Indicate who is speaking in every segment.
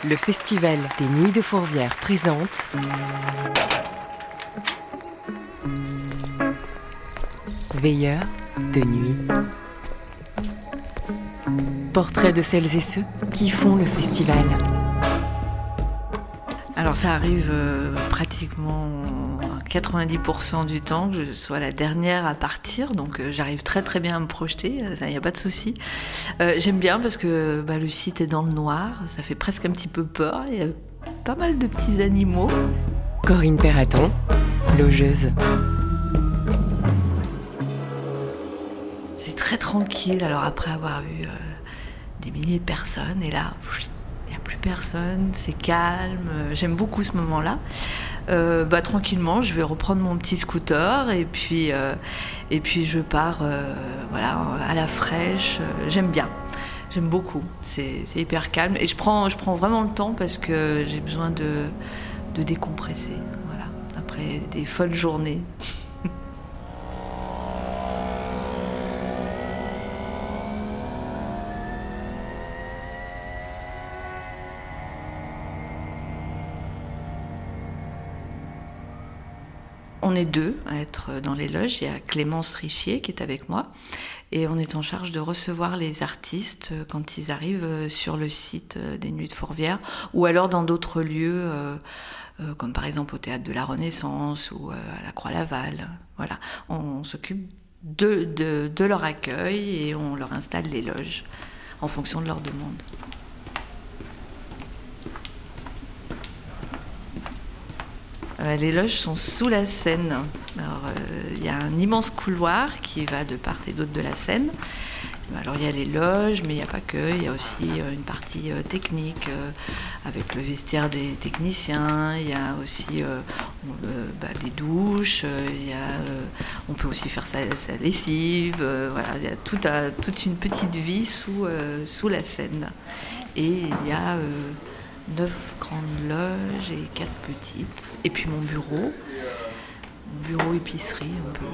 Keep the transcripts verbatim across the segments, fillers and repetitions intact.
Speaker 1: Le Festival des Nuits de Fourvière présente Veilleurs de nuit. Portrait de celles et ceux qui font le festival.
Speaker 2: Alors ça arrive euh, pratiquement quatre-vingt-dix pour cent du temps que je sois la dernière à partir, donc euh, j'arrive très très bien à me projeter, il n'y a pas de souci. Euh, j'aime bien parce que bah, le site est dans le noir, ça fait presque un petit peu peur, il y a pas mal de petits animaux.
Speaker 1: Corinne Perraton, logeuse.
Speaker 2: C'est très tranquille, alors après avoir eu euh, des milliers de personnes, et là... il n'y a plus personne, c'est calme, j'aime beaucoup ce moment-là. Euh, bah, tranquillement, je vais reprendre mon petit scooter et puis, euh, et puis je pars euh, voilà, à la fraîche. J'aime bien, j'aime beaucoup, c'est, c'est hyper calme. Et je prends, je prends vraiment le temps parce que j'ai besoin de, de décompresser, voilà, après des folles journées. On est deux à être dans les loges. Il y a Clémence Richier qui est avec moi et on est en charge de recevoir les artistes quand ils arrivent sur le site des Nuits de Fourvière ou alors dans d'autres lieux comme par exemple au Théâtre de la Renaissance ou à la Croix-Laval. Voilà, on s'occupe de, de, de leur accueil et on leur installe les loges en fonction de leur demande. Les loges sont sous la scène. Alors, euh, il y a un immense couloir qui va de part et d'autre de la scène. Alors, il y a les loges, mais il n'y a pas que. Il y a aussi une partie euh, technique euh, avec le vestiaire des techniciens. Il y a aussi euh, euh, bah, des douches. Euh, il y a, euh, on peut aussi faire sa, sa lessive. Euh, voilà, il y a tout à, toute une petite vie sous, euh, sous la scène. Et il y a... Euh, neuf grandes loges et quatre petites. Et puis mon bureau. Mon bureau épicerie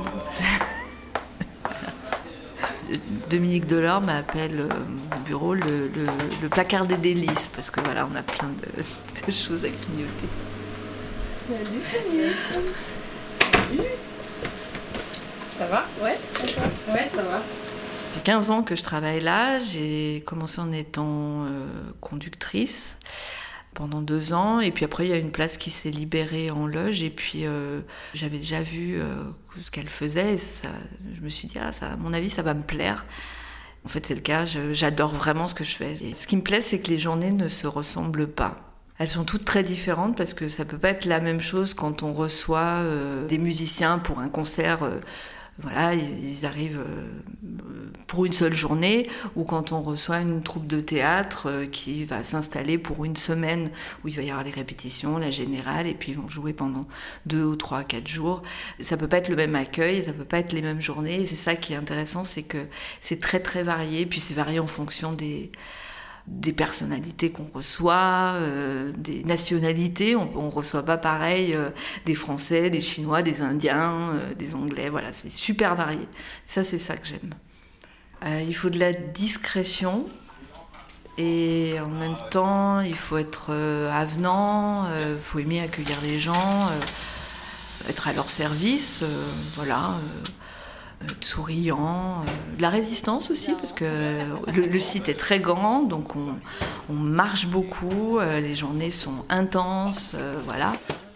Speaker 2: un peu. Dominique Delors m'appelle mon bureau le, le, le placard des délices parce que voilà, on a plein de, de choses à clignoter.
Speaker 3: Salut Fanny. Salut. Ça va? Ouais, d'accord. Ouais, ça va.
Speaker 2: Ça fait quinze ans que je travaille là. J'ai commencé en étant euh, conductrice pendant deux ans. Et puis après, il y a une place qui s'est libérée en loge. Et puis, euh, j'avais déjà vu euh, ce qu'elle faisait. Et ça, je me suis dit, ah, ça, à mon avis, ça va me plaire. En fait, c'est le cas. Je, j'adore vraiment ce que je fais. Et ce qui me plaît, c'est que les journées ne se ressemblent pas. Elles sont toutes très différentes parce que ça peut pas être la même chose quand on reçoit euh, des musiciens pour un concert. Euh, Voilà, ils arrivent pour une seule journée, ou quand on reçoit une troupe de théâtre qui va s'installer pour une semaine, où il va y avoir les répétitions, la générale, et puis ils vont jouer pendant deux ou trois, quatre jours. Ça peut pas être le même accueil, ça peut pas être les mêmes journées, et c'est ça qui est intéressant, c'est que c'est très très varié, puis c'est varié en fonction des... des personnalités qu'on reçoit, euh, des nationalités, on ne reçoit pas pareil euh, des Français, des Chinois, des Indiens, euh, des Anglais, voilà, c'est super varié. Ça, c'est ça que j'aime. Euh, il faut de la discrétion et en même temps, il faut être euh, avenant, il euh, faut aimer accueillir les gens, euh, être à leur service, euh, voilà... Euh, être souriant, euh, de la résistance aussi parce que le, le site est très grand, donc on, on marche beaucoup, euh, les journées sont intenses, euh, voilà.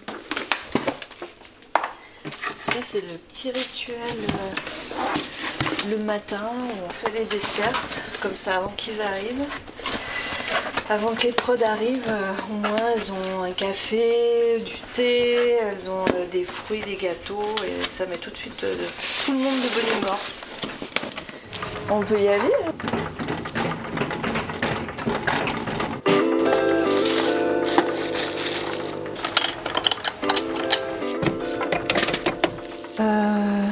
Speaker 2: Ça c'est le petit rituel euh, le matin où on fait les desserts comme ça avant qu'ils arrivent. Avant que les prods arrivent, euh, au moins elles ont un café, du thé, elles ont euh, des fruits, des gâteaux, et ça met tout de suite euh, tout le monde de bonne humeur. On peut y aller hein. euh...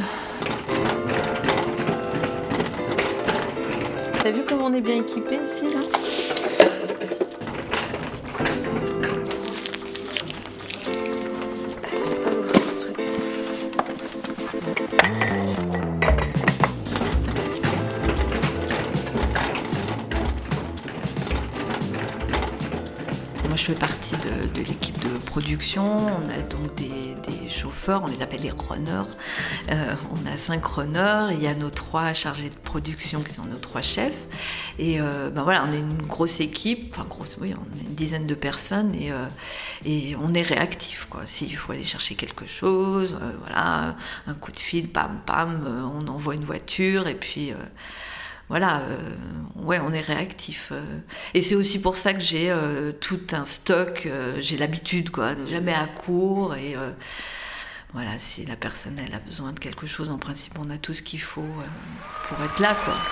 Speaker 2: T'as vu comme on est bien équipé ici là ? moi je fais partie de, de l'équipe de production, on a donc des, des chauffeurs, on les appelle les runners. Euh, on a cinq runners, il y a nos trois chargés de production qui sont nos trois chefs. Et euh, ben voilà, on est une grosse équipe, enfin grosse, oui, on est une dizaine de personnes et, euh, et on est réactif, quoi. S'il faut aller chercher quelque chose, euh, voilà, un coup de fil, pam pam, euh, on envoie une voiture et puis... Euh, Voilà, euh, ouais, on est réactif. Euh. Et c'est aussi pour ça que j'ai euh, tout un stock, euh, j'ai l'habitude, quoi, de jamais à court. Et euh, voilà, si la personne elle a besoin de quelque chose, en principe, on a tout ce qu'il faut euh, pour être là, quoi.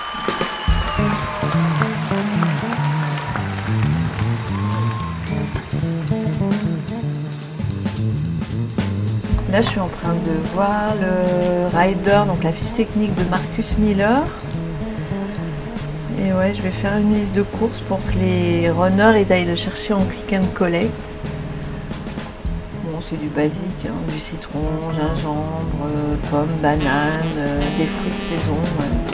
Speaker 4: Là, je suis en train de voir le rider, donc la fiche technique de Marcus Miller. Et ouais, je vais faire une liste de courses pour que les runners ils aillent le chercher en click and collect. Bon, c'est du basique, hein, du citron, gingembre, euh, pommes, bananes, euh, des fruits de saison. Ouais.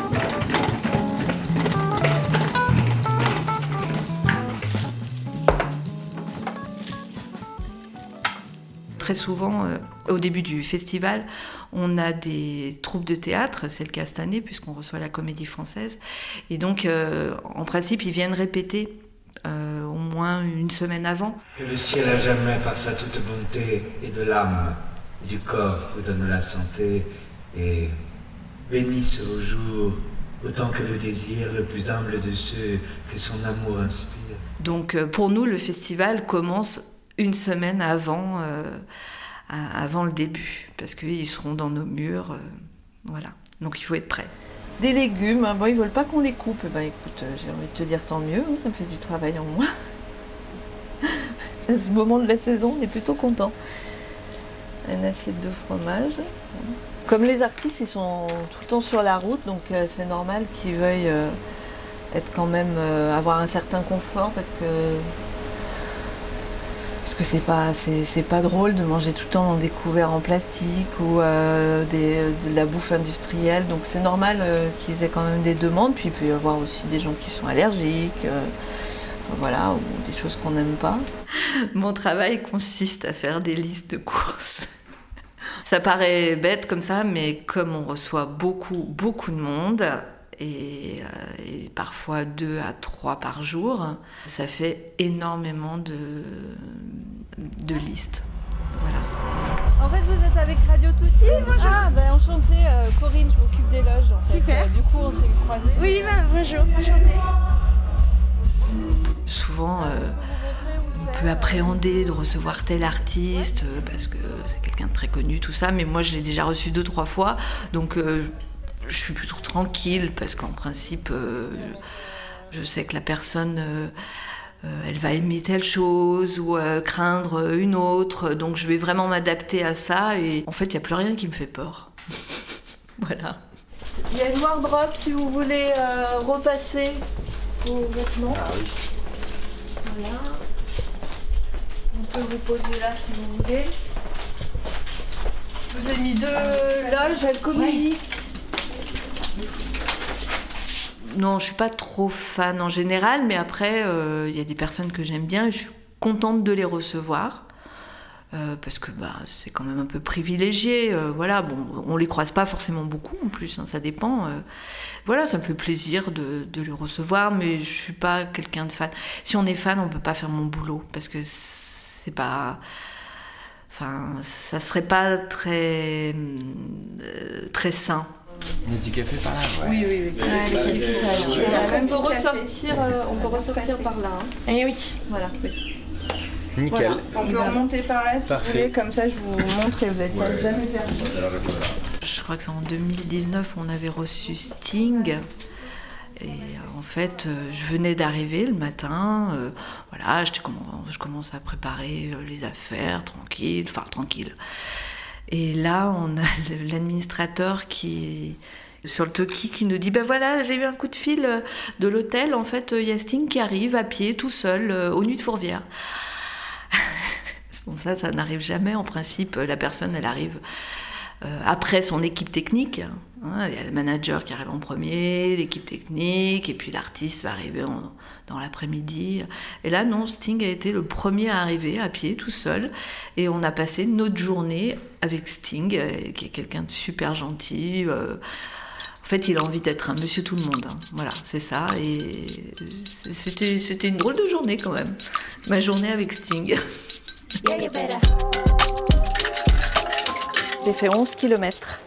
Speaker 2: Très souvent, euh, au début du festival, on a des troupes de théâtre, c'est le cas cette année puisqu'on reçoit la Comédie Française. Et donc, euh, en principe, ils viennent répéter euh, au moins une semaine avant.
Speaker 5: Que le ciel à jamais, par sa toute bonté et de l'âme et du corps, vous donne la santé et bénisse vos jours autant que le désir le plus humble de ceux que son amour inspire.
Speaker 2: Donc, euh, pour nous, le festival commence une semaine avant, euh, avant le début, parce qu'ils seront dans nos murs, euh, voilà. Donc il faut être prêt.
Speaker 4: Des légumes, bon, ils veulent pas qu'on les coupe. Ben écoute, j'ai envie de te dire tant mieux, ça me fait du travail en moins. À ce moment de la saison, on est plutôt content. Une assiette de fromage. Comme les artistes, ils sont tout le temps sur la route, donc euh, c'est normal qu'ils veuillent euh, être quand même euh, avoir un certain confort, parce que Parce que c'est pas, c'est, c'est pas drôle de manger tout le temps dans des couverts en plastique ou euh, des, de la bouffe industrielle. Donc c'est normal euh, qu'ils aient quand même des demandes. Puis il peut y avoir aussi des gens qui sont allergiques, euh, enfin, voilà, ou des choses qu'on n'aime pas.
Speaker 2: Mon travail consiste à faire des listes de courses. Ça paraît bête comme ça, mais comme on reçoit beaucoup, beaucoup de monde, et, euh, et parfois deux à trois par jour, ça fait énormément de, de listes. Voilà.
Speaker 4: En fait, vous êtes avec Radio Tutti. Bonjour. Ah, ben enchantée, euh, Corinne, je m'occupe des loges. En fait.
Speaker 3: Super.
Speaker 4: Euh, du coup, on s'est croisés.
Speaker 3: Oui, bah, bonjour, enchantée.
Speaker 2: Souvent, euh, on peut appréhender de recevoir tel artiste euh, parce que c'est quelqu'un de très connu, tout ça, mais moi je l'ai déjà reçu deux, trois fois, donc euh, je suis plutôt tranquille parce qu'en principe, euh, je sais que la personne, euh, euh, elle va aimer telle chose ou euh, craindre une autre, donc je vais vraiment m'adapter à ça et en fait, il n'y a plus rien qui me fait peur. Voilà.
Speaker 4: Il y a une wardrobe si vous voulez euh, repasser vos vêtements.
Speaker 5: Ah oui.
Speaker 4: Voilà. On peut vous poser là si vous voulez. Je vous ai mis deux loges, elles communiquent.
Speaker 2: Non, je suis pas trop fan en général, mais après, il euh, y a des personnes que j'aime bien et je suis contente de les recevoir. Euh, parce que bah, c'est quand même un peu privilégié. Euh, voilà, bon, on les croise pas forcément beaucoup en plus, hein, ça dépend. Euh, voilà, ça me fait plaisir de, de les recevoir, mais je suis pas quelqu'un de fan. Si on est fan, on peut pas faire mon boulot parce que c'est pas. Enfin, ça serait pas très euh, très sain.
Speaker 6: Il y a du café par là, ouais.
Speaker 4: Oui, oui, oui.
Speaker 3: Ouais, le café, ça a l'air.
Speaker 4: On peut ressortir, euh, on peut ressortir par là. Hein.
Speaker 3: Eh oui.
Speaker 4: Voilà. Oui.
Speaker 6: Nickel.
Speaker 4: Voilà.
Speaker 3: On peut remonter par là si
Speaker 6: Parfait.
Speaker 3: vous voulez, comme ça je vous montre et vous n'êtes pas jamais perdu.
Speaker 2: Je crois que c'est en deux mille dix-neuf on avait reçu Sting. Et euh, en fait, euh, je venais d'arriver le matin. Euh, voilà, je commence, je commence à préparer euh, les affaires, tranquille, enfin tranquille. Et là, on a l'administrateur qui sur le talkie qui nous dit ben voilà, j'ai eu un coup de fil de l'hôtel. En fait, il y a Sting qui arrive à pied, tout seul, euh, aux Nuits de Fourvière. Bon, ça, ça n'arrive jamais. En principe, la personne, elle arrive euh, après son équipe technique. Il y a le manager qui arrive en premier, l'équipe technique, et puis l'artiste va arriver en, dans l'après-midi. Et là, non, Sting a été le premier à arriver à pied, tout seul. Et on a passé notre journée avec Sting, qui est quelqu'un de super gentil. Euh, en fait, il a envie d'être un monsieur tout le monde. Hein. Voilà, c'est ça. Et c'était, c'était une drôle de journée quand même. Ma journée avec Sting.
Speaker 4: J'ai fait onze kilomètres.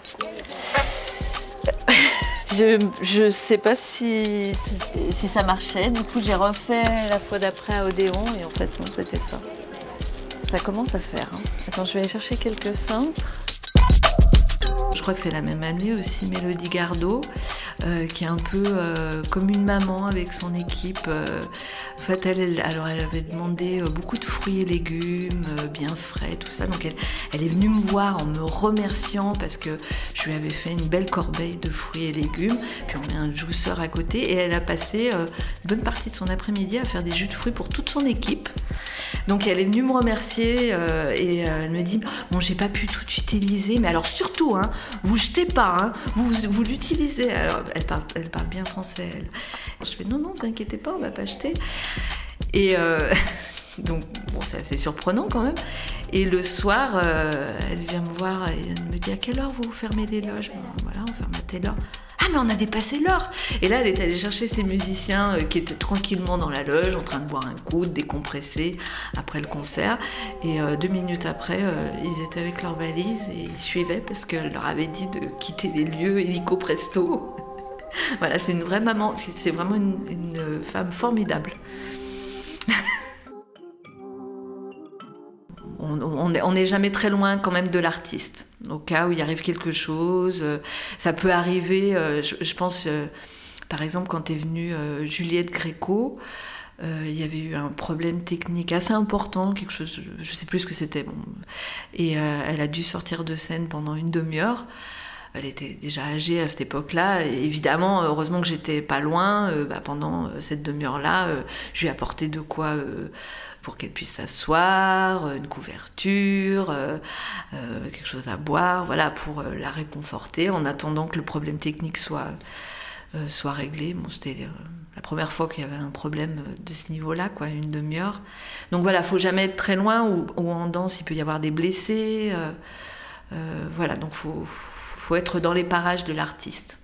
Speaker 4: Je ne sais pas si, si ça marchait. Du coup, j'ai refait la fois d'après à Odéon et en fait, non, c'était ça. Ça commence à faire. Hein. Attends, je vais aller chercher quelques cintres.
Speaker 2: Je crois que c'est la même année aussi, Mélodie Gardot, euh, qui est un peu euh, comme une maman avec son équipe. Euh, en fait, elle, elle, alors elle avait demandé euh, beaucoup de fruits et légumes, euh, bien frais, tout ça. Donc elle, elle est venue me voir en me remerciant parce que je lui avais fait une belle corbeille de fruits et légumes. Puis on met un juiceur à côté et elle a passé euh, une bonne partie de son après-midi à faire des jus de fruits pour toute son équipe. Donc elle est venue me remercier euh, et euh, elle me dit « Bon, j'ai pas pu tout utiliser, mais alors surtout, hein, vous jetez pas, hein, vous, vous l'utilisez. » Alors elle parle, elle parle bien français, elle. Je fais « Non, non, vous inquiétez pas, on va pas jeter. » Et euh, donc, bon, c'est assez surprenant quand même. Et le soir, euh, elle vient me voir et elle me dit « À quelle heure vous fermez les loges ?» Bon, voilà, on ferme à telle heure. Ah, mais on a dépassé l'heure. Et là, elle est allée chercher ses musiciens euh, qui étaient tranquillement dans la loge, en train de boire un coup, de décompresser après le concert. Et euh, deux minutes après, euh, ils étaient avec leurs valises et ils suivaient parce qu'elle leur avait dit de quitter les lieux illico presto. Voilà, c'est une vraie maman, c'est vraiment une, une femme formidable. On n'est on jamais très loin quand même de l'artiste. Au cas où il arrive quelque chose, ça peut arriver, je, je pense, par exemple, quand est venue Juliette Gréco, euh, il y avait eu un problème technique assez important, quelque chose, je ne sais plus ce que c'était. Bon. Et euh, elle a dû sortir de scène pendant une demi-heure. Elle était déjà âgée à cette époque-là. Et évidemment, heureusement que j'étais pas loin. Euh, bah, pendant cette demi-heure-là, euh, je lui ai apporté de quoi... Euh, pour qu'elle puisse s'asseoir, une couverture, euh, euh, quelque chose à boire, voilà, pour euh, la réconforter en attendant que le problème technique soit, euh, soit réglé. Bon, c'était euh, la première fois qu'il y avait un problème de ce niveau-là, quoi, une demi-heure. Donc voilà, il ne faut jamais être très loin, ou, ou en danse, il peut y avoir des blessés. Euh, euh, voilà, donc il faut, faut être dans les parages de l'artiste.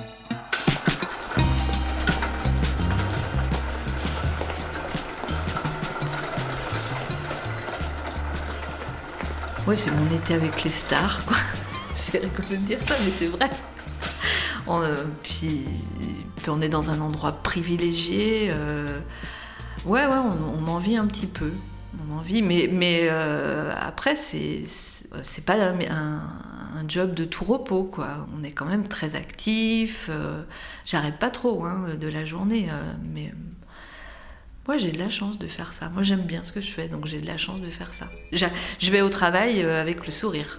Speaker 2: Oui, c'est mon été avec les stars, quoi. C'est rigolo de dire ça, mais c'est vrai. On, euh, puis, puis on est dans un endroit privilégié. Euh, ouais, ouais, on, on m'envie un petit peu. On m'envie, mais, mais euh, après, c'est, c'est, c'est pas un, un, un job de tout repos, quoi. On est quand même très actif. Euh, j'arrête pas trop hein, de la journée, euh, mais... Moi, j'ai de la chance de faire ça. Moi, j'aime bien ce que je fais, donc j'ai de la chance de faire ça. Je vais au travail avec le sourire.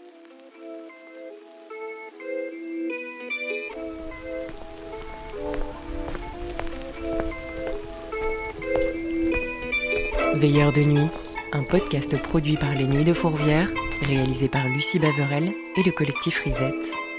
Speaker 1: Veilleurs de nuit, un podcast produit par les Nuits de Fourvière, réalisé par Lucie Baverel et le collectif Risette.